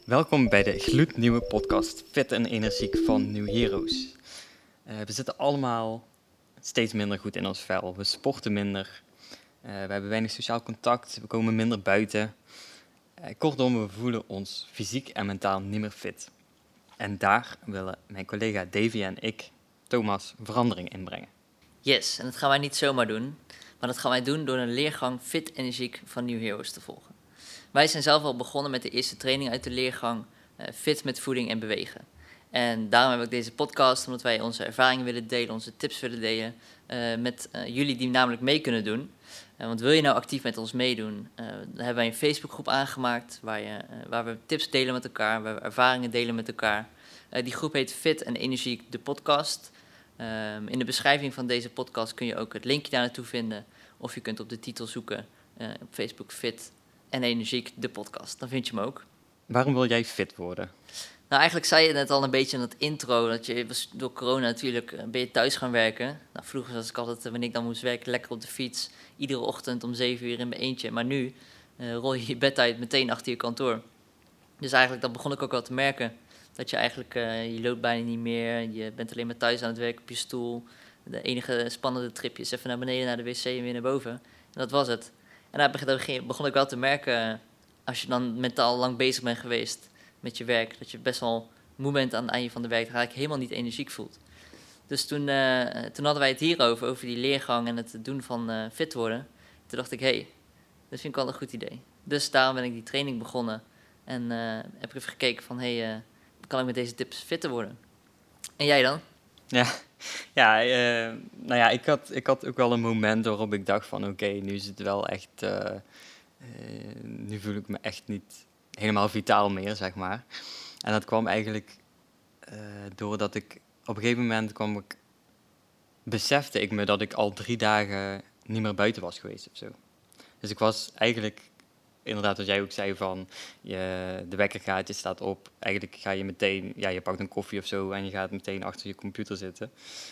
Welkom bij de gloednieuwe podcast Fit en Energiek van New Heroes. We zitten allemaal steeds minder goed in ons vel. We sporten minder. We hebben weinig sociaal contact. We komen minder buiten. Kortom, we voelen ons fysiek en mentaal niet meer fit. En daar willen mijn collega Davy en ik, Thomas, verandering in brengen. Yes, en dat gaan wij niet zomaar doen, maar dat gaan wij doen door een leergang Fit Energiek van New Heroes te volgen. Wij zijn zelf al begonnen met de eerste training uit de leergang Fit met voeding en bewegen. En daarom heb ik deze podcast, omdat wij onze ervaringen willen delen, onze tips willen delen met jullie die namelijk mee kunnen doen. Want wil je nou actief met ons meedoen, dan hebben wij een Facebookgroep aangemaakt waar we tips delen met elkaar, waar we ervaringen delen met elkaar. Die groep heet Fit en Energiek de podcast. In de beschrijving van deze podcast kun je ook het linkje daar naartoe vinden. Of je kunt op de titel zoeken op Facebook Fit en Energiek de podcast. Dan vind je hem ook. Waarom wil jij fit worden? Nou, eigenlijk zei je net al een beetje in het intro dat je was door corona natuurlijk ben je thuis gaan werken. Nou, vroeger was ik altijd, wanneer ik dan moest werken, lekker op de fiets. Iedere ochtend om 7 uur in mijn eentje. Maar nu rol je je bed uit meteen achter je kantoor. Dus eigenlijk, dat begon ik ook wel te merken. Dat je eigenlijk, je loopt bijna niet meer. Je bent alleen maar thuis aan het werk op je stoel. De enige spannende tripje is even naar beneden naar de wc en weer naar boven. En dat was het. En daar begon ik wel te merken, als je dan mentaal lang bezig bent geweest met je werk, dat je best wel moe bent aan het einde van de werk, dat je helemaal niet energiek voelt. Dus toen hadden wij het hierover, over die leergang en het doen van fit worden. Toen dacht ik, dat vind ik wel een goed idee. Dus daarom ben ik die training begonnen en heb ik even gekeken van, kan ik met deze tips fitter worden? En jij dan? Ik had ook wel een moment waarop ik dacht van oké, nu is het wel echt, nu voel ik me echt niet helemaal vitaal meer, zeg maar. En dat kwam eigenlijk doordat ik op een gegeven moment besefte ik me dat ik al 3 dagen niet meer buiten was geweest of zo. Dus ik was eigenlijk, inderdaad wat jij ook zei van, de wekker gaat, je staat op. Eigenlijk ga je meteen, je pakt een koffie of zo en je gaat meteen achter je computer zitten.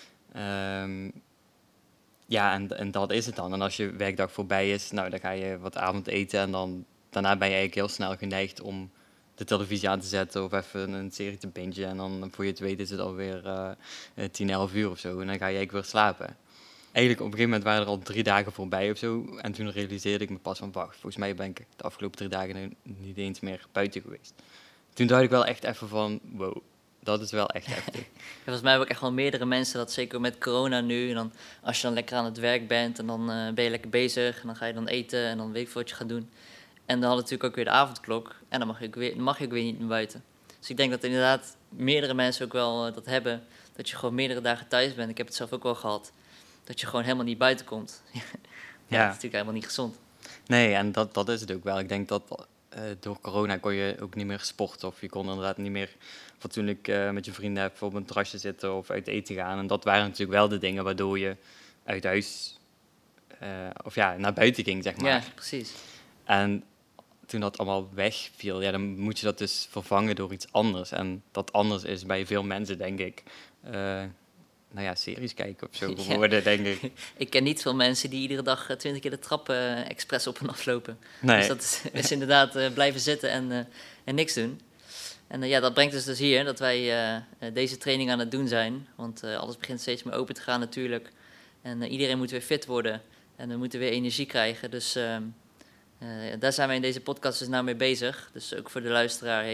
En dat is het dan. En als je werkdag voorbij is, nou, dan ga je wat avondeten en daarna ben je eigenlijk heel snel geneigd om de televisie aan te zetten of even een serie te bingen. En dan, voor je het weet, is het alweer 10, 11 uur of zo. En dan ga je eigenlijk weer slapen. Eigenlijk op een gegeven moment waren er al 3 dagen voorbij of zo. En toen realiseerde ik me pas van, wacht, volgens mij ben ik de afgelopen 3 dagen niet eens meer buiten geweest. Toen dacht ik wel echt even van, wow, dat is wel echt heftig. Volgens mij hebben ook echt wel meerdere mensen dat, zeker met corona nu. En dan, als je dan lekker aan het werk bent en dan ben je lekker bezig. En dan ga je dan eten en dan weet ik veel wat je gaat doen. En dan had natuurlijk ook weer de avondklok. En dan mag je ook weer niet naar buiten. Dus ik denk dat inderdaad meerdere mensen ook wel dat hebben. Dat je gewoon meerdere dagen thuis bent. Ik heb het zelf ook wel gehad. Dat je gewoon helemaal niet buiten komt. Dat is natuurlijk helemaal niet gezond. Nee, en dat is het ook wel. Ik denk dat door corona kon je ook niet meer sporten. Of je kon inderdaad niet meer fatsoenlijk met je vrienden even op een terrasje zitten of uit eten gaan. En dat waren natuurlijk wel de dingen waardoor je uit huis naar buiten ging, zeg maar. Ja, precies. En toen dat allemaal wegviel, dan moet je dat dus vervangen door iets anders. En dat anders is bij veel mensen, denk ik, series kijken of zo geworden, denk ik. Ik ken niet veel mensen die iedere dag 20 keer de trap expres op en aflopen. Nee. Dus dat is inderdaad blijven zitten en niks doen. En dat brengt dus hier dat wij deze training aan het doen zijn. Want alles begint steeds meer open te gaan natuurlijk. En iedereen moet weer fit worden. En we moeten weer energie krijgen. Dus daar zijn wij in deze podcast dus nou mee bezig. Dus ook voor de luisteraar,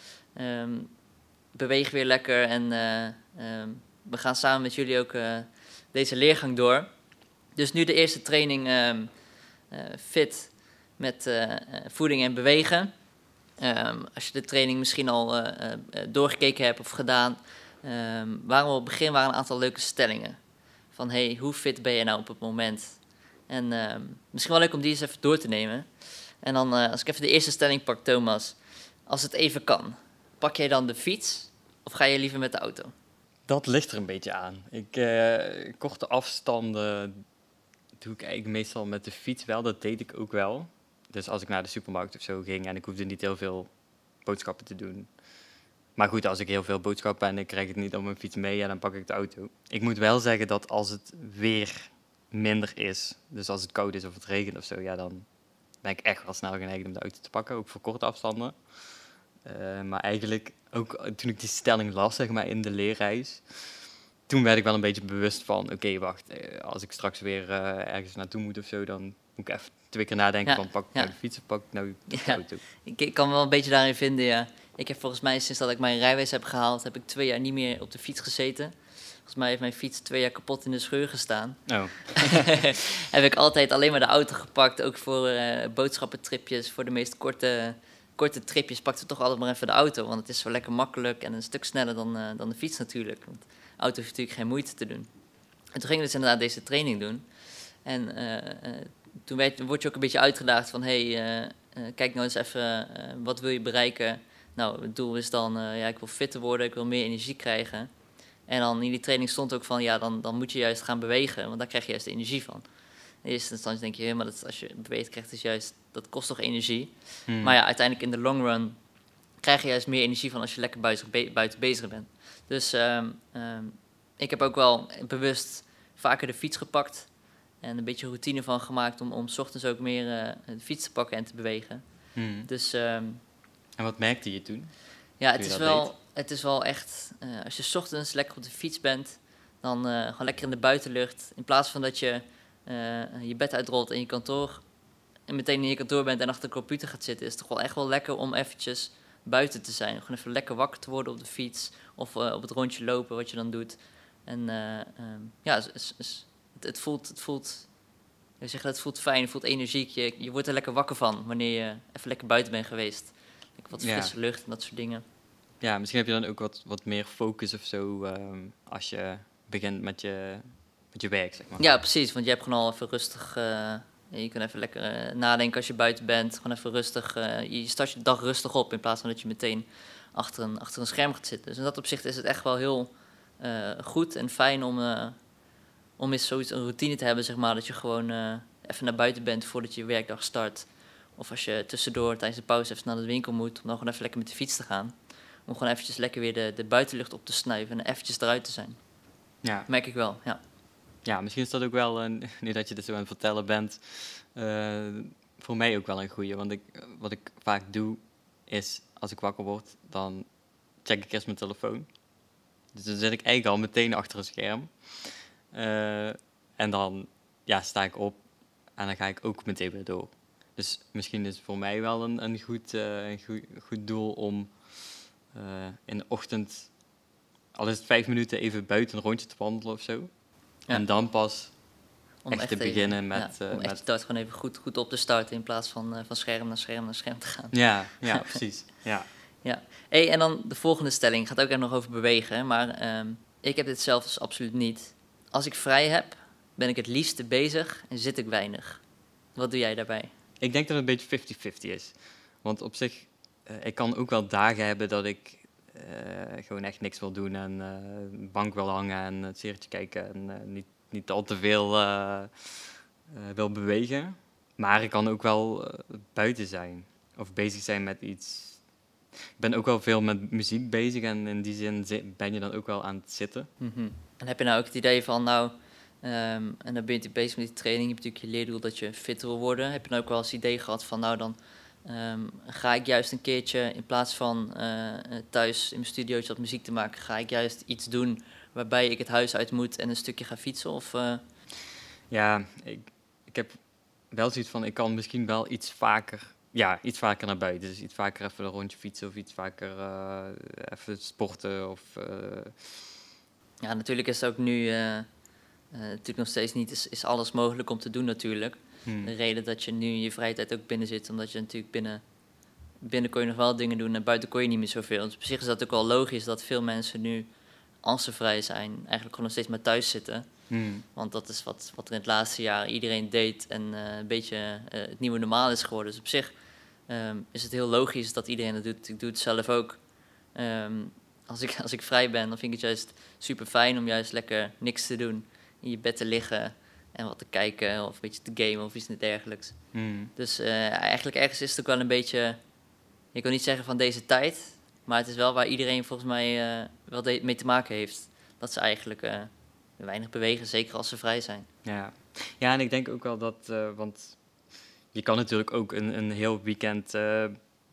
beweeg weer lekker. En we gaan samen met jullie ook deze leergang door. Dus nu de eerste training fit met voeding en bewegen. Als je de training misschien al doorgekeken hebt of gedaan, waren we op het begin een aantal leuke stellingen. Van hoe fit ben je nou op het moment? En misschien wel leuk om die eens even door te nemen. En dan, als ik even de eerste stelling pak, Thomas. Als het even kan, pak jij dan de fiets of ga je liever met de auto? Dat ligt er een beetje aan. Korte afstanden doe ik eigenlijk meestal met de fiets wel. Dat deed ik ook wel. Dus als ik naar de supermarkt of zo ging en ik hoefde niet heel veel boodschappen te doen. Maar goed, als ik heel veel boodschappen en ik krijg het niet op mijn fiets mee, dan pak ik de auto. Ik moet wel zeggen dat als het weer minder is, dus als het koud is of het regent of zo, dan ben ik echt wel snel geneigd om de auto te pakken, ook voor korte afstanden. Maar eigenlijk ook toen ik die stelling las, zeg maar, in de leerreis, toen werd ik wel een beetje bewust van, oké, wacht, als ik straks weer ergens naartoe moet of zo, dan moet ik even 2 keer nadenken Ja, van, pak ik ja. nou de fiets of pak ik nou de Ja. auto? Ik kan me wel een beetje daarin vinden, ja. Ik heb volgens mij, sinds dat ik mijn rijbewijs heb gehaald, heb ik 2 jaar niet meer op de fiets gezeten. Volgens mij heeft mijn fiets 2 jaar kapot in de scheur gestaan. Oh, Heb ik altijd alleen maar de auto gepakt, ook voor boodschappentripjes, voor de meest korte tripjes pakte ik toch altijd maar even de auto. Want het is zo lekker makkelijk en een stuk sneller dan de fiets natuurlijk. Want de auto heeft natuurlijk geen moeite te doen. En toen ging ik dus inderdaad deze training doen. En toen word je ook een beetje uitgedaagd van, kijk nou eens even, wat wil je bereiken? Nou, het doel is dan, ik wil fitter worden, ik wil meer energie krijgen. En dan in die training stond ook van, ja, dan moet je juist gaan bewegen, want daar krijg je juist de energie van. In eerste instantie denk je, maar als je beweegt krijgt, is juist, dat kost toch energie. Maar ja, uiteindelijk in de long run krijg je juist meer energie van als je lekker buiten bezig bent. Dus ik heb ook wel bewust vaker de fiets gepakt en een beetje routine van gemaakt om 's ochtends ook meer de fiets te pakken en te bewegen. Dus En wat merkte je toen? ja, Toen je dat het is wel echt, als je 's ochtends lekker op de fiets bent, dan gewoon lekker in de buitenlucht. In plaats van dat je je bed uitrolt in je kantoor en meteen in je kantoor bent en achter de computer gaat zitten, is het toch wel echt wel lekker om eventjes buiten te zijn. Gewoon even lekker wakker te worden op de fiets of op het rondje lopen wat je dan doet. En ja, het voelt, ik zeg, het voelt fijn, het voelt energiek. Je wordt er lekker wakker van wanneer je even lekker buiten bent geweest. Lekker wat frisse lucht en dat soort dingen. Ja, misschien heb je dan ook wat meer focus of zo als je begint met je werk, zeg maar. Ja, precies, want je hebt gewoon al even rustig, je kunt even lekker nadenken als je buiten bent. Gewoon even rustig, je start je dag rustig op in plaats van dat je meteen achter een scherm gaat zitten. Dus in dat opzicht is het echt wel heel goed en fijn om eens zoiets een routine te hebben, zeg maar, dat je gewoon even naar buiten bent voordat je werkdag start. Of als je tussendoor tijdens de pauze even naar de winkel moet, om dan gewoon even lekker met de fiets te gaan. Om gewoon eventjes lekker weer de buitenlucht op te snuiven en eventjes eruit te zijn. Ja. Merk ik wel, ja. Ja, misschien is dat ook wel, nu dat je dit zo aan het vertellen bent, voor mij ook wel een goeie. Want wat ik vaak doe, is als ik wakker word, dan check ik eerst mijn telefoon. Dus dan zit ik eigenlijk al meteen achter een scherm. En dan sta ik op en dan ga ik ook meteen weer door. Dus misschien is het voor mij wel een goed doel om in de ochtend, al is het 5 minuten, even buiten een rondje te wandelen of zo. Ja. En dan pas Om echt te beginnen met... om echt je dag gewoon even goed op te starten in plaats van scherm naar scherm naar scherm te gaan. Ja, precies. Ja. Ja. Hey, en dan de volgende stelling gaat ook echt nog over bewegen, maar ik heb dit zelf dus absoluut niet. Als ik vrij heb, ben ik het liefste bezig en zit ik weinig. Wat doe jij daarbij? Ik denk dat het een beetje 50-50 is. Want op zich, ik kan ook wel dagen hebben dat ik gewoon echt niks wil doen en de bank wil hangen en het serietje kijken en niet al te veel wil bewegen. Maar ik kan ook wel buiten zijn of bezig zijn met iets. Ik ben ook wel veel met muziek bezig en in die zin ben je dan ook wel aan het zitten. En heb je nou ook het idee van, en dan ben je natuurlijk bezig met die training, je hebt natuurlijk je leerdoel dat je fitter wil worden. Heb je nou ook wel eens het idee gehad van, nou dan ga ik juist een keertje, in plaats van thuis in mijn studiootje wat muziek te maken, ga ik juist iets doen waarbij ik het huis uit moet en een stukje ga fietsen? Of, Ja, ik heb wel zoiets van, ik kan misschien wel iets vaker naar buiten. Dus iets vaker even een rondje fietsen of iets vaker even sporten. Ja, natuurlijk is het ook nu natuurlijk nog steeds niet, is alles mogelijk om te doen natuurlijk. De reden dat je nu in je vrije tijd ook binnen zit, omdat je natuurlijk binnen kon je nog wel dingen doen en buiten kon je niet meer zoveel. Dus op zich is dat ook wel logisch dat veel mensen nu, als ze vrij zijn, eigenlijk gewoon nog steeds maar thuis zitten. Want dat is wat er in het laatste jaar iedereen deed en een beetje het nieuwe normaal is geworden. Dus op zich is het heel logisch dat iedereen dat doet. Ik doe het zelf ook. Als ik vrij ben, dan vind ik het juist super fijn om juist lekker niks te doen. In je bed te liggen en wat te kijken of een beetje te gamen of iets dergelijks. Dus eigenlijk ergens is het ook wel een beetje, ik wil niet zeggen van deze tijd, maar het is wel waar iedereen volgens mij wel mee te maken heeft. Dat ze eigenlijk weinig bewegen, zeker als ze vrij zijn. Ja, en ik denk ook wel dat, want je kan natuurlijk ook een heel weekend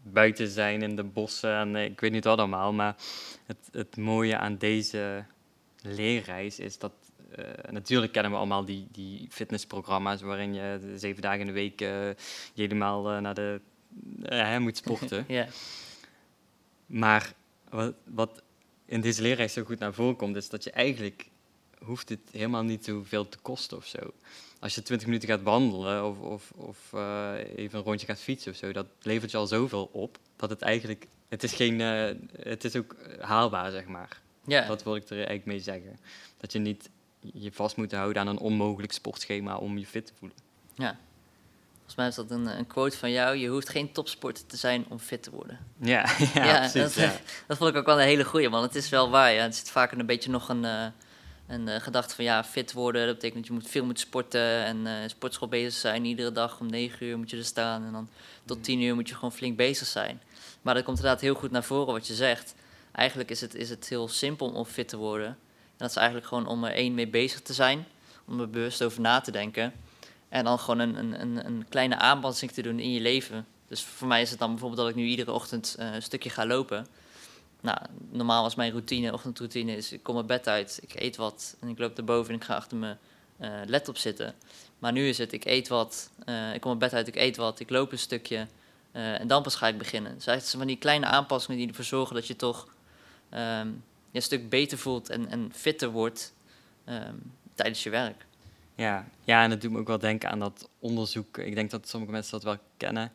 buiten zijn in de bossen en ik weet niet wat allemaal. Maar het mooie aan deze leerreis is dat... natuurlijk kennen we allemaal die fitnessprogramma's waarin je 7 dagen in de week je helemaal naar de moet sporten. Ja, Maar wat in deze leerreis zo goed naar voren komt, is dat je eigenlijk hoeft het helemaal niet zoveel te kosten of zo. Als je 20 minuten gaat wandelen of even een rondje gaat fietsen of zo, dat levert je al zoveel op, dat het eigenlijk... Het is ook haalbaar, zeg maar. ja. Dat wil ik er eigenlijk mee zeggen. Dat je niet je vast moet houden aan een onmogelijk sportschema om je fit te voelen. Ja. Volgens mij is dat een quote van jou. Je hoeft geen topsporter te zijn om fit te worden. Ja, precies. dat, Ja. dat vond ik ook wel een hele goeie, want het is wel waar. Ja. Er zit vaak een beetje nog een gedachte van ja, fit worden. Dat betekent dat je veel moet sporten en sportschool bezig zijn. Iedere dag om 9 uur moet je er staan en dan tot 10 uur moet je gewoon flink bezig zijn. Maar dat komt inderdaad heel goed naar voren wat je zegt. Eigenlijk is het heel simpel om fit te worden. En dat is eigenlijk gewoon om er mee bezig te zijn. Om er bewust over na te denken. En dan gewoon een kleine aanpassing te doen in je leven. Dus voor mij is het dan bijvoorbeeld dat ik nu iedere ochtend een stukje ga lopen. Nou, normaal was mijn ochtendroutine is, ik kom mijn bed uit, ik eet wat en ik loop erboven en ik ga achter mijn laptop zitten. Maar nu is het, ik eet wat, ik kom mijn bed uit, ik eet wat, ik loop een stukje en dan pas ga ik beginnen. Dus eigenlijk zijn van die kleine aanpassingen die ervoor zorgen dat je toch je een stuk beter voelt en fitter wordt tijdens je werk. Ja, en het doet me ook wel denken aan dat onderzoek. Ik denk dat sommige mensen dat wel kennen.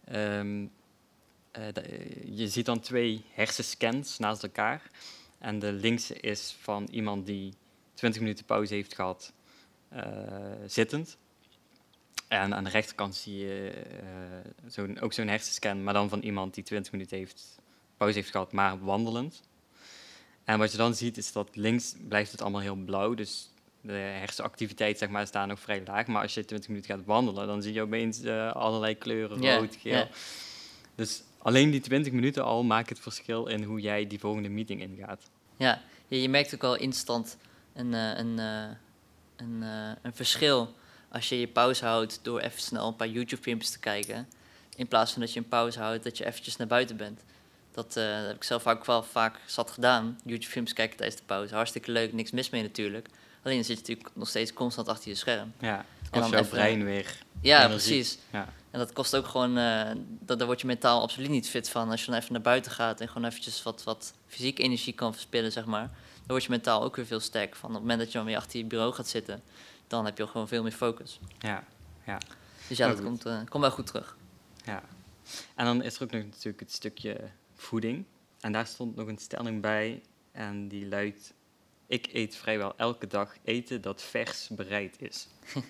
Je ziet dan 2 hersenscans naast elkaar. En de linkse is van iemand die 20 minuten pauze heeft gehad, zittend. En aan de rechterkant zie je ook zo'n hersenscan, maar dan van iemand die 20 minuten pauze heeft gehad, maar wandelend. En wat je dan ziet is dat links blijft het allemaal heel blauw, dus de hersenactiviteit zeg maar, is daar nog vrij laag. Maar als je 20 minuten gaat wandelen, dan zie je opeens allerlei kleuren, rood, geel. Ja. Dus alleen die 20 minuten al maakt het verschil in hoe jij die volgende meeting ingaat. Ja, je merkt ook al instant een verschil als je pauze houdt door even snel een paar YouTube-filmpjes te kijken. In plaats van dat je een pauze houdt dat je eventjes naar buiten bent. Dat heb ik zelf ook wel vaak zat gedaan. YouTube-filmpjes kijken tijdens de pauze. Hartstikke leuk, niks mis mee natuurlijk. Alleen dan zit je natuurlijk nog steeds constant achter je scherm. Ja, het kost jouw brein weer Ja, energie. precies. Ja. En dat kost ook gewoon... daar word je mentaal absoluut niet fit van. Als je dan even naar buiten gaat en gewoon eventjes wat fysieke energie kan verspillen, zeg maar. Dan word je mentaal ook weer veel sterker van. Op het moment dat je dan weer achter je bureau gaat zitten, dan heb je gewoon veel meer focus. Ja. Dus ja, Maar dat goed. komt wel goed terug. Ja. En dan is er ook nog natuurlijk het stukje voeding. En daar stond nog een stelling bij. En die luidt: ik eet vrijwel elke dag eten dat vers bereid is.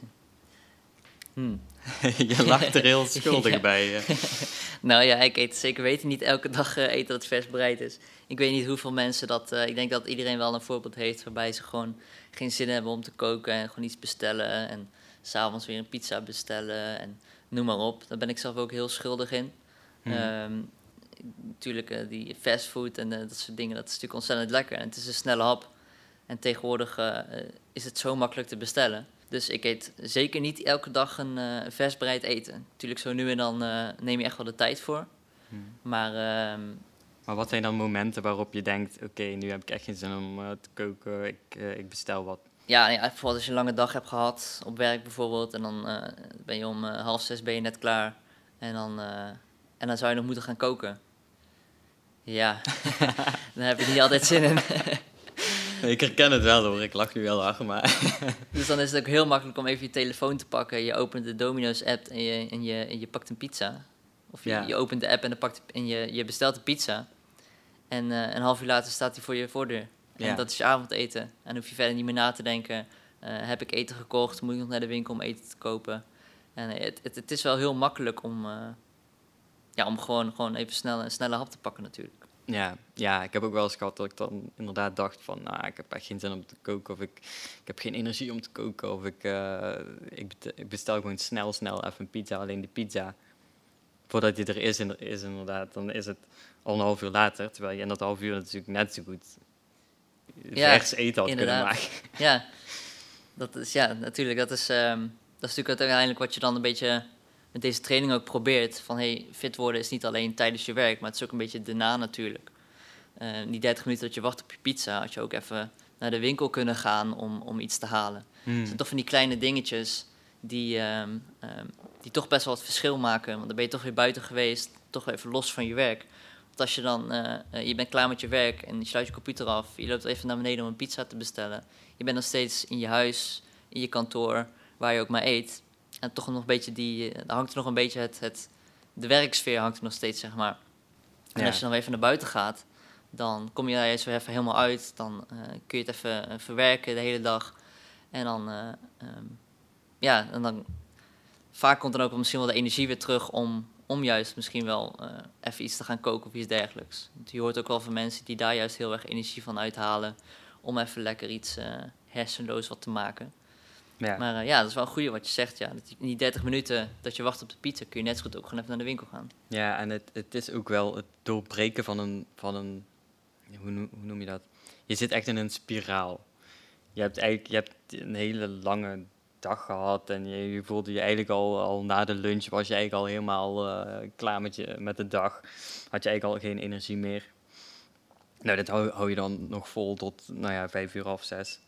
Je lacht er heel schuldig Ja. bij. Nou ja, ik eet zeker weten niet elke dag eten dat vers bereid is. Ik weet niet hoeveel mensen dat... ik denk dat iedereen wel een voorbeeld heeft waarbij ze gewoon geen zin hebben om te koken en gewoon iets bestellen. En s'avonds weer een pizza bestellen en noem maar op. Daar ben ik zelf ook heel schuldig in. Natuurlijk, die fastfood en dat soort dingen, dat is natuurlijk ontzettend lekker. En het is een snelle hap. En tegenwoordig is het zo makkelijk te bestellen. Dus ik eet zeker niet elke dag een vers bereid eten. Natuurlijk, zo nu en dan neem je echt wel de tijd voor. Maar Maar wat zijn dan momenten waarop je denkt: oké, nu heb ik echt geen zin om te koken, ik bestel wat? ja, bijvoorbeeld als je een lange dag hebt gehad, op werk bijvoorbeeld, en dan ben je om 5:30 ben je net klaar. En dan zou je nog moeten gaan koken. Ja, daar heb je niet altijd zin in. Ik herken het wel hoor, ik lach nu wel hard, maar... Dus dan is het ook heel makkelijk om even je telefoon te pakken. Je opent de Domino's app en je pakt een pizza. Of je opent de app en je bestelt een pizza. En een half uur later staat hij voor je voordeur. En Ja. dat is je avondeten. En dan hoef je verder niet meer na te denken. Heb ik eten gekocht? Moet ik nog naar de winkel om eten te kopen? En het is wel heel makkelijk om gewoon even een snelle hap te pakken natuurlijk. Ja, ik heb ook wel eens gehad dat ik dan inderdaad dacht van... ik heb echt geen zin om te koken, of ik heb geen energie om te koken... of ik bestel gewoon snel even een pizza. Alleen de pizza, voordat die er is inderdaad, dan is het al een half uur later... terwijl je in dat half uur natuurlijk net zo goed vers eten had kunnen maken. Ja, natuurlijk. Dat is natuurlijk uiteindelijk wat je dan een beetje met deze training ook probeert van fit worden is niet alleen tijdens je werk, maar het is ook een beetje daarna natuurlijk. Die 30 minuten dat je wacht op je pizza, had je ook even naar de winkel kunnen gaan om iets te halen. Het zijn toch van die kleine dingetjes die toch best wel het verschil maken. Want dan ben je toch weer buiten geweest, toch even los van je werk. Want als je dan, je bent klaar met je werk en je sluit je computer af, je loopt even naar beneden om een pizza te bestellen. Je bent nog steeds in je huis, in je kantoor, waar je ook maar eet. En toch nog een beetje dan hangt er nog een beetje de werksfeer hangt er nog steeds, zeg maar. En als je dan weer even naar buiten gaat, dan kom je daar eens weer even helemaal uit. Dan kun je het even verwerken de hele dag. En dan, en dan vaak komt dan ook misschien wel de energie weer terug om juist misschien wel even iets te gaan koken of iets dergelijks. Want je hoort ook wel van mensen die daar juist heel erg energie van uithalen om even lekker iets hersenloos wat te maken. Ja. Maar dat is wel een goeie wat je zegt. Ja. Dat in die 30 minuten dat je wacht op de pizza kun je net zo goed ook gewoon even naar de winkel gaan. Ja, en het is ook wel het doorbreken van een hoe noem je dat? Je zit echt in een spiraal. Je hebt een hele lange dag gehad en je voelde je eigenlijk al na de lunch was je eigenlijk al helemaal klaar met de dag. Had je eigenlijk al geen energie meer. Nou, dat hou je dan nog vol tot 5 uur of 6.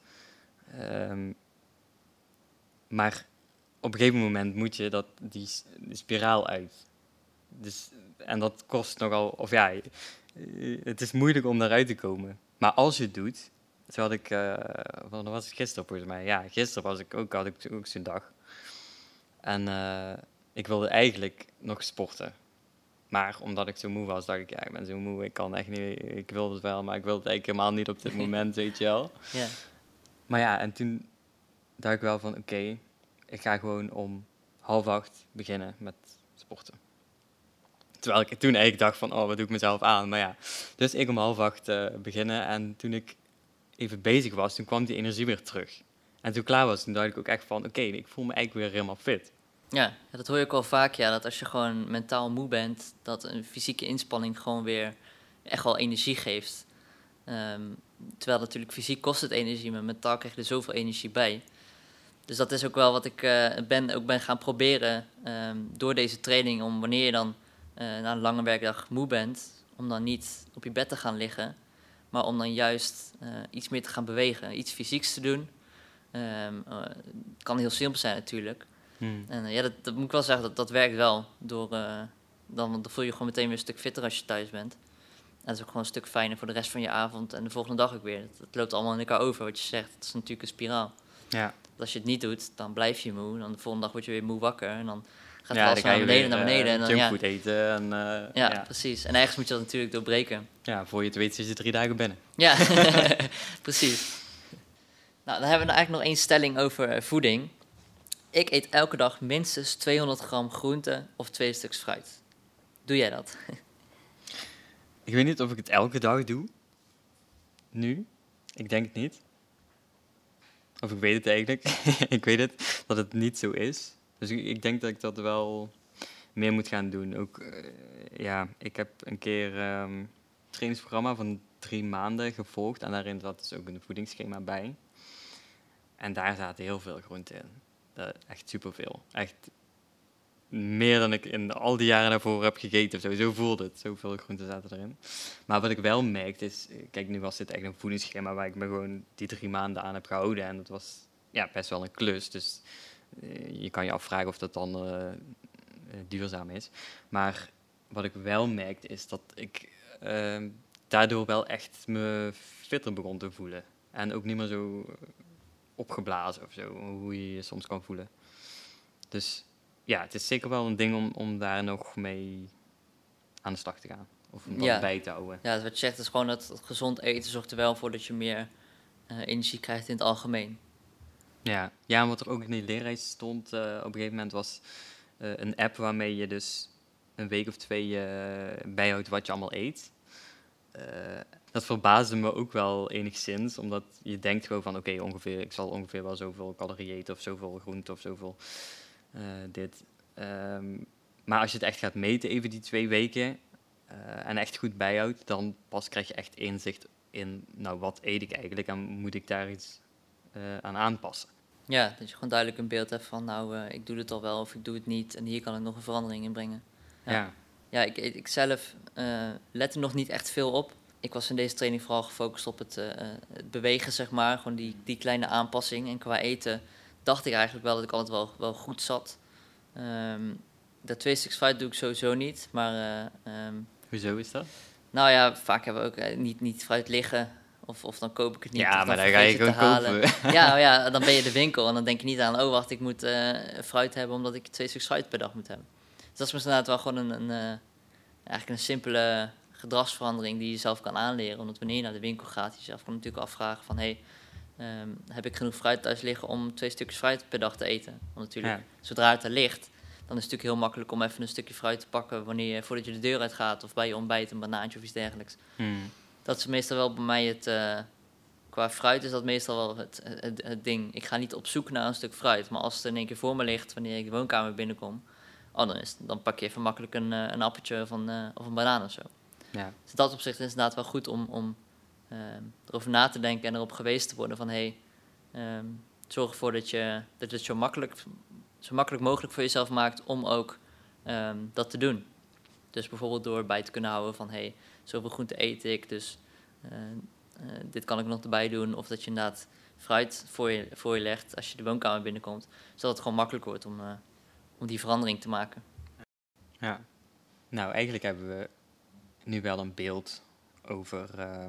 Maar op een gegeven moment moet je die spiraal uit. Dus, en dat kost nogal, het is moeilijk om daaruit te komen. Maar als je het doet, zo had ik, dat was het gisteren volgens mij. Ja, gisteren had ik ook zo'n dag. En ik wilde eigenlijk nog sporten. Maar omdat ik zo moe was, dacht ik, ik ben zo moe, ik kan echt niet, ik wil het wel, maar ik wil het eigenlijk helemaal niet op dit moment, weet je wel. Ja. Maar ja, en toen dacht ik wel van, oké, ik ga gewoon om 7:30 beginnen met sporten. Terwijl ik toen eigenlijk dacht van, wat doe ik mezelf aan? Maar ja, dus ik om 7:30 beginnen en toen ik even bezig was, toen kwam die energie weer terug. En toen klaar was, toen dacht ik ook echt van, oké, ik voel me eigenlijk weer helemaal fit. Ja, dat hoor je ook wel vaak, dat als je gewoon mentaal moe bent, dat een fysieke inspanning gewoon weer echt wel energie geeft. Terwijl natuurlijk fysiek kost het energie, maar mentaal krijg je er zoveel energie bij. Dus dat is ook wel wat ik ben gaan proberen door deze training, om wanneer je dan na een lange werkdag moe bent, om dan niet op je bed te gaan liggen, maar om dan juist iets meer te gaan bewegen, iets fysieks te doen. Het kan heel simpel zijn natuurlijk. En dat moet ik wel zeggen, dat werkt wel. Dan voel je je gewoon meteen weer een stuk fitter als je thuis bent. En dat is ook gewoon een stuk fijner voor de rest van je avond en de volgende dag ook weer. Het loopt allemaal in elkaar over, wat je zegt. Het is natuurlijk een spiraal. Ja. Als je het niet doet, dan blijf je moe. Dan de volgende dag word je weer moe wakker. En dan gaat het alles naar beneden. En dan, junkfood eten. En, precies. En ergens moet je dat natuurlijk doorbreken. Ja, voor je het weet zit je 3 dagen binnen. Ja, precies. Nou, dan hebben we eigenlijk nog één stelling over voeding. Ik eet elke dag minstens 200 gram groente of 2 stuks fruit. Doe jij dat? Ik weet niet of ik het elke dag doe. Nu. Ik denk het niet. Of ik weet het eigenlijk. Ik weet het, dat het niet zo is. Dus ik denk dat ik dat wel meer moet gaan doen. Ook, ik heb een keer een trainingsprogramma van 3 maanden gevolgd. En daarin zat dus ook een voedingsschema bij. En daar zaten heel veel groenten in. Echt superveel. Echt meer dan ik in al die jaren daarvoor heb gegeten of zo. Zo voelde het. Zoveel groenten zaten erin. Maar wat ik wel merkte is... Kijk, nu was dit echt een voedingsschema waar ik me gewoon die 3 maanden aan heb gehouden. En dat was best wel een klus. Dus je kan je afvragen of dat dan duurzaam is. Maar wat ik wel merkte is dat ik daardoor wel echt me fitter begon te voelen. En ook niet meer zo opgeblazen of zo, hoe je je soms kan voelen. Dus ja, het is zeker wel een ding om daar nog mee aan de slag te gaan. Of om dat bij te houden. Ja, wat je zegt is gewoon dat gezond eten zorgt er wel voor dat je meer energie krijgt in het algemeen. Ja, en wat er ook in die leerreis stond op een gegeven moment was een app waarmee je dus een week of 2 bijhoudt wat je allemaal eet. Dat verbaasde me ook wel enigszins, omdat je denkt gewoon van ongeveer, ik zal ongeveer wel zoveel calorieën eten of zoveel groente of zoveel dit. Maar als je het echt gaat meten even die 2 weken en echt goed bijhoudt, dan pas krijg je echt inzicht in, wat eet ik eigenlijk en moet ik daar iets aan aanpassen. Ja, dat je gewoon duidelijk een beeld hebt van, nou, ik doe het al wel of ik doe het niet. En hier kan ik nog een verandering in brengen. Ja, Ja, ja ik zelf let er nog niet echt veel op. Ik was in deze training vooral gefocust op het bewegen, zeg maar. Gewoon die kleine aanpassing. En qua eten dacht ik eigenlijk wel dat ik altijd wel goed zat. Dat 265 doe ik sowieso niet. Maar hoezo is dat? nou ja, vaak hebben we ook niet fruit liggen. Of dan koop ik het niet. Ja, Of maar dan dan ga vergeet je je het te gewoon halen. kopen. Ja, nou ja, dan ben je de winkel. En dan denk je niet aan, oh wacht, ik moet fruit hebben omdat ik 2 stuks fruit per dag moet hebben. Dus dat is inderdaad wel gewoon eigenlijk een simpele gedragsverandering die je zelf kan aanleren. Omdat wanneer je naar de winkel gaat, je jezelf kan natuurlijk afvragen van, hey, heb ik genoeg fruit thuis liggen om 2 stukjes fruit per dag te eten? Want natuurlijk, Ja. zodra het er ligt, dan is het natuurlijk heel makkelijk om even een stukje fruit te pakken voordat je de deur uitgaat of bij je ontbijt, een banaantje of iets dergelijks. Dat is meestal wel bij mij qua fruit is dat meestal wel het ding. Ik ga niet op zoek naar een stuk fruit, maar als het in één keer voor me ligt wanneer ik de woonkamer binnenkom, dan pak je even makkelijk een appeltje of een banaan of zo. Ja. Dus dat opzicht is inderdaad wel goed om erover na te denken en erop gewezen te worden van zorg ervoor dat je het zo makkelijk mogelijk voor jezelf maakt om ook dat te doen. Dus bijvoorbeeld door bij te kunnen houden van zoveel groente eet ik, dus dit kan ik nog erbij doen. Of dat je inderdaad fruit voor je legt als je de woonkamer binnenkomt. Zodat het gewoon makkelijk wordt om die verandering te maken. Ja. Nou, eigenlijk hebben we nu wel een beeld over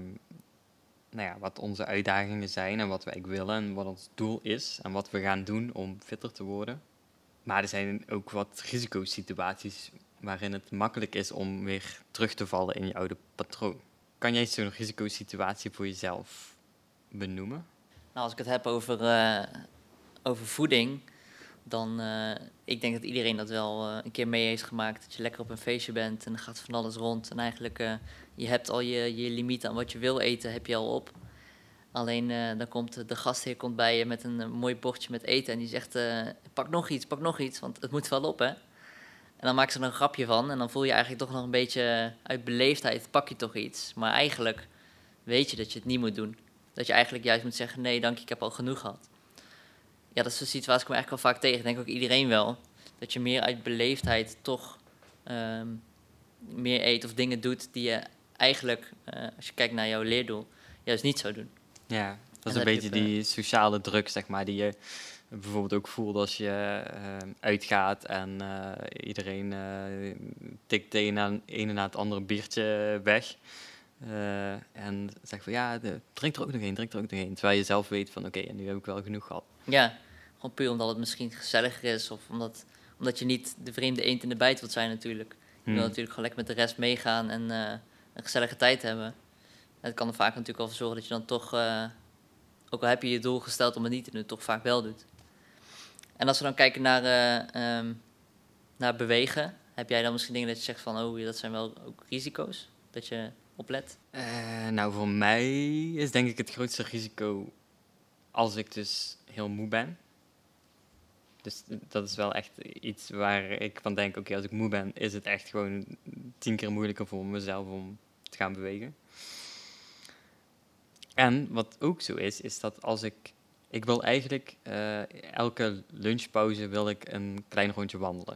nou ja, wat onze uitdagingen zijn en wat we eigenlijk willen en wat ons doel is en wat we gaan doen om fitter te worden. Maar er zijn ook wat risicosituaties waarin het makkelijk is om weer terug te vallen in je oude patroon. Kan jij zo'n risicosituatie voor jezelf benoemen? Nou, als ik het heb over voeding, dan ik denk dat iedereen dat wel een keer mee heeft gemaakt. Dat je lekker op een feestje bent en er gaat van alles rond. En eigenlijk, je hebt al je limiet aan wat je wil eten, heb je al op. Alleen dan komt de gastheer bij je met een mooi bordje met eten en die zegt, pak nog iets, want het moet wel op, hè. En dan maken ze er een grapje van en dan voel je eigenlijk toch nog een beetje uit beleefdheid, pak je toch iets. Maar eigenlijk weet je dat je het niet moet doen. Dat je eigenlijk juist moet zeggen, nee dank je, ik heb al genoeg gehad. Ja, dat is een situatie, kom ik eigenlijk wel vaak tegen. Ik denk ook iedereen wel. Dat je meer uit beleefdheid toch meer eet of dingen doet die je eigenlijk, als je kijkt naar jouw leerdoel, juist niet zou doen. Ja, dat is En een heb beetje je die sociale druk, zeg maar, die je bijvoorbeeld ook voelt als je uitgaat en iedereen tikt de ene na het andere biertje weg. En zegt van ja, drink er ook nog één, drink er ook nog één. Terwijl je zelf weet van oké, en nu heb ik wel genoeg gehad. Ja, gewoon puur omdat het misschien gezelliger is of omdat je niet de vreemde eend in de bijt wilt zijn natuurlijk. Je wil natuurlijk gewoon lekker met de rest meegaan en een gezellige tijd hebben. En het kan er vaak natuurlijk wel voor zorgen dat je dan toch, ook al heb je je doel gesteld om het niet te doen, toch vaak wel doet. En als we dan kijken naar bewegen, heb jij dan misschien dingen dat je zegt van, oh, dat zijn wel ook risico's, dat je oplet? Nou, voor mij is denk ik het grootste risico als ik dus heel moe ben. Dus dat is wel echt iets waar ik van denk, oké, als ik moe ben, is het echt gewoon 10 keer moeilijker voor mezelf om te gaan bewegen. En wat ook zo is dat als ik wil eigenlijk elke lunchpauze wil ik een klein rondje wandelen.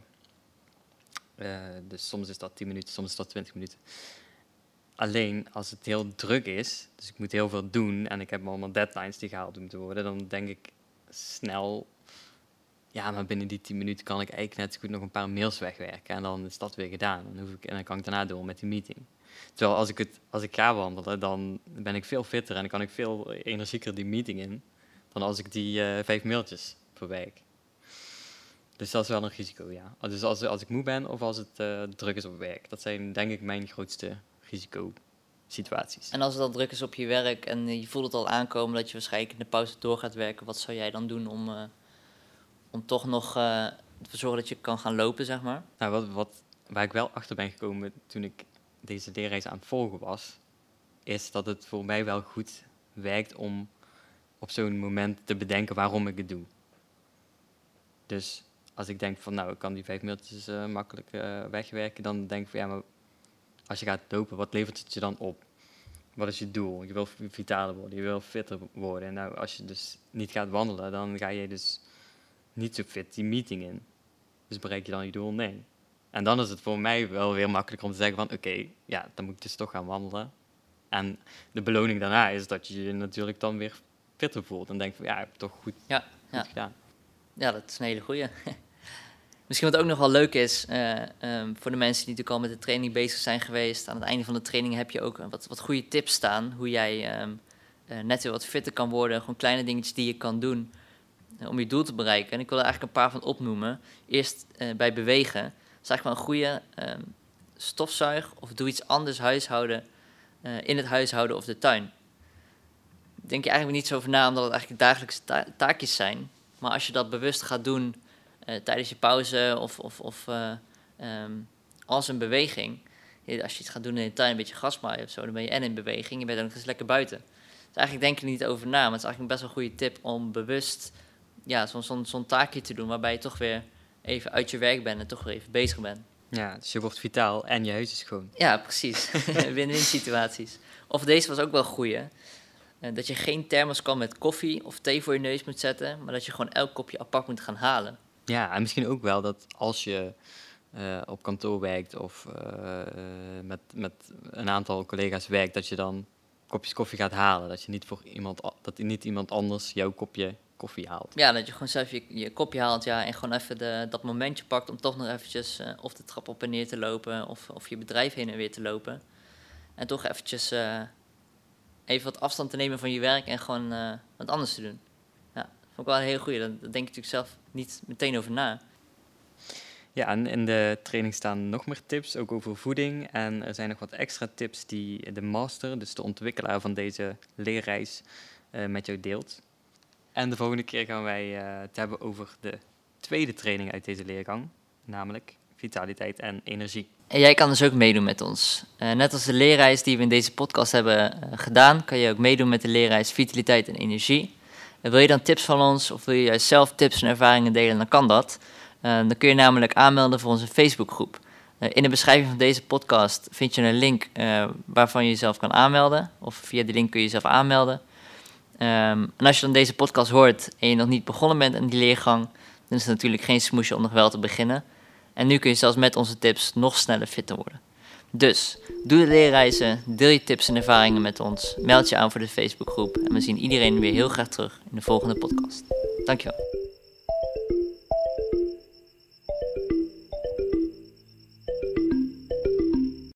Dus soms is dat 10 minuten, soms is dat 20 minuten. Alleen als het heel druk is, dus ik moet heel veel doen en ik heb allemaal deadlines die gehaald moeten worden, dan denk ik snel, ja, maar binnen die 10 minuten kan ik eigenlijk net zo goed nog een paar mails wegwerken en dan is dat weer gedaan. En dan kan ik daarna door met die meeting. Terwijl als ik ga wandelen, dan ben ik veel fitter en dan kan ik veel energieker die meeting in dan als ik die 5 mailtjes verwerk. Dus dat is wel een risico, ja. Dus als ik moe ben of als het druk is op werk. Dat zijn denk ik mijn grootste risicosituaties. En als het dan druk is op je werk en je voelt het al aankomen dat je waarschijnlijk in de pauze door gaat werken, wat zou jij dan doen om toch nog te zorgen dat je kan gaan lopen, zeg maar? Nou, waar ik wel achter ben gekomen toen ik deze leerreis aan het volgen was, is dat het voor mij wel goed werkt om op zo'n moment te bedenken waarom ik het doe. Dus als ik denk van, nou, ik kan die 5 mailtjes makkelijk wegwerken, dan denk ik van, ja, maar als je gaat lopen, wat levert het je dan op? wat is je doel? Je wil vitaler worden, je wil fitter worden. En nou, als je dus niet gaat wandelen, dan ga je dus niet zo fit die meeting in. Dus bereik je dan je doel? Nee. En dan is het voor mij wel weer makkelijker om te zeggen van oké, ja, dan moet ik dus toch gaan wandelen. En de beloning daarna is dat je je natuurlijk dan weer fitter voelt. En denkt van ja, ik heb het toch goed gedaan. Ja, dat is een hele goeie. Misschien wat ook nog wel leuk is, voor de mensen die natuurlijk al met de training bezig zijn geweest. Aan het einde van de training heb je ook wat goede tips staan. Hoe jij net weer wat fitter kan worden. Gewoon kleine dingetjes die je kan doen om je doel te bereiken. En ik wil er eigenlijk een paar van opnoemen. Eerst bij bewegen. Dat is eigenlijk wel een goede stofzuig of doe iets anders huishouden in het huishouden of de tuin. Denk je eigenlijk niet zo over na, omdat het eigenlijk dagelijkse taakjes zijn. Maar als je dat bewust gaat doen tijdens je pauze of als een beweging. Als je iets gaat doen in de tuin, een beetje grasmaaien of zo, dan ben je en in beweging. Je bent dan nog eens lekker buiten. Dus eigenlijk denk je er niet over na, maar het is eigenlijk best wel een goede tip om bewust zo'n taakje te doen, waarbij je toch weer even uit je werk bent en toch weer even bezig bent. Ja, dus je wordt vitaal en je huis is schoon. Ja, precies. Win-win situaties. Of deze was ook wel een goeie. Dat je geen thermos kan met koffie of thee voor je neus moet zetten, maar dat je gewoon elk kopje apart moet gaan halen. Ja, en misschien ook wel dat als je op kantoor werkt of met een aantal collega's werkt, dat je dan kopjes koffie gaat halen. Dat niet iemand anders jouw kopje koffie haalt. Ja, dat je gewoon zelf je kopje haalt en gewoon even dat momentje pakt om toch nog eventjes of de trap op en neer te lopen of je bedrijf heen en weer te lopen. En toch eventjes even wat afstand te nemen van je werk en gewoon wat anders te doen. Ja, dat vond ik wel een heel goeie. Daar denk je natuurlijk zelf niet meteen over na. Ja, en in de training staan nog meer tips, ook over voeding. En er zijn nog wat extra tips die de master, dus de ontwikkelaar van deze leerreis, met jou deelt. En de volgende keer gaan wij het hebben over de tweede training uit deze leergang, namelijk vitaliteit en energie. En jij kan dus ook meedoen met ons. Net als de leerreis die we in deze podcast hebben gedaan, kan je ook meedoen met de leerreis vitaliteit en energie. Wil je dan tips van ons of wil je juist zelf tips en ervaringen delen, dan kan dat. Dan kun je namelijk aanmelden voor onze Facebookgroep. In de beschrijving van deze podcast vind je een link waarvan je jezelf kan aanmelden. Of via die link kun je jezelf aanmelden. En als je dan deze podcast hoort en je nog niet begonnen bent aan die leergang, dan is het natuurlijk geen smoesje om nog wel te beginnen. En nu kun je zelfs met onze tips nog sneller fitter worden. Dus, doe de leerreizen, deel je tips en ervaringen met ons, meld je aan voor de Facebookgroep en we zien iedereen weer heel graag terug in de volgende podcast. Dankjewel.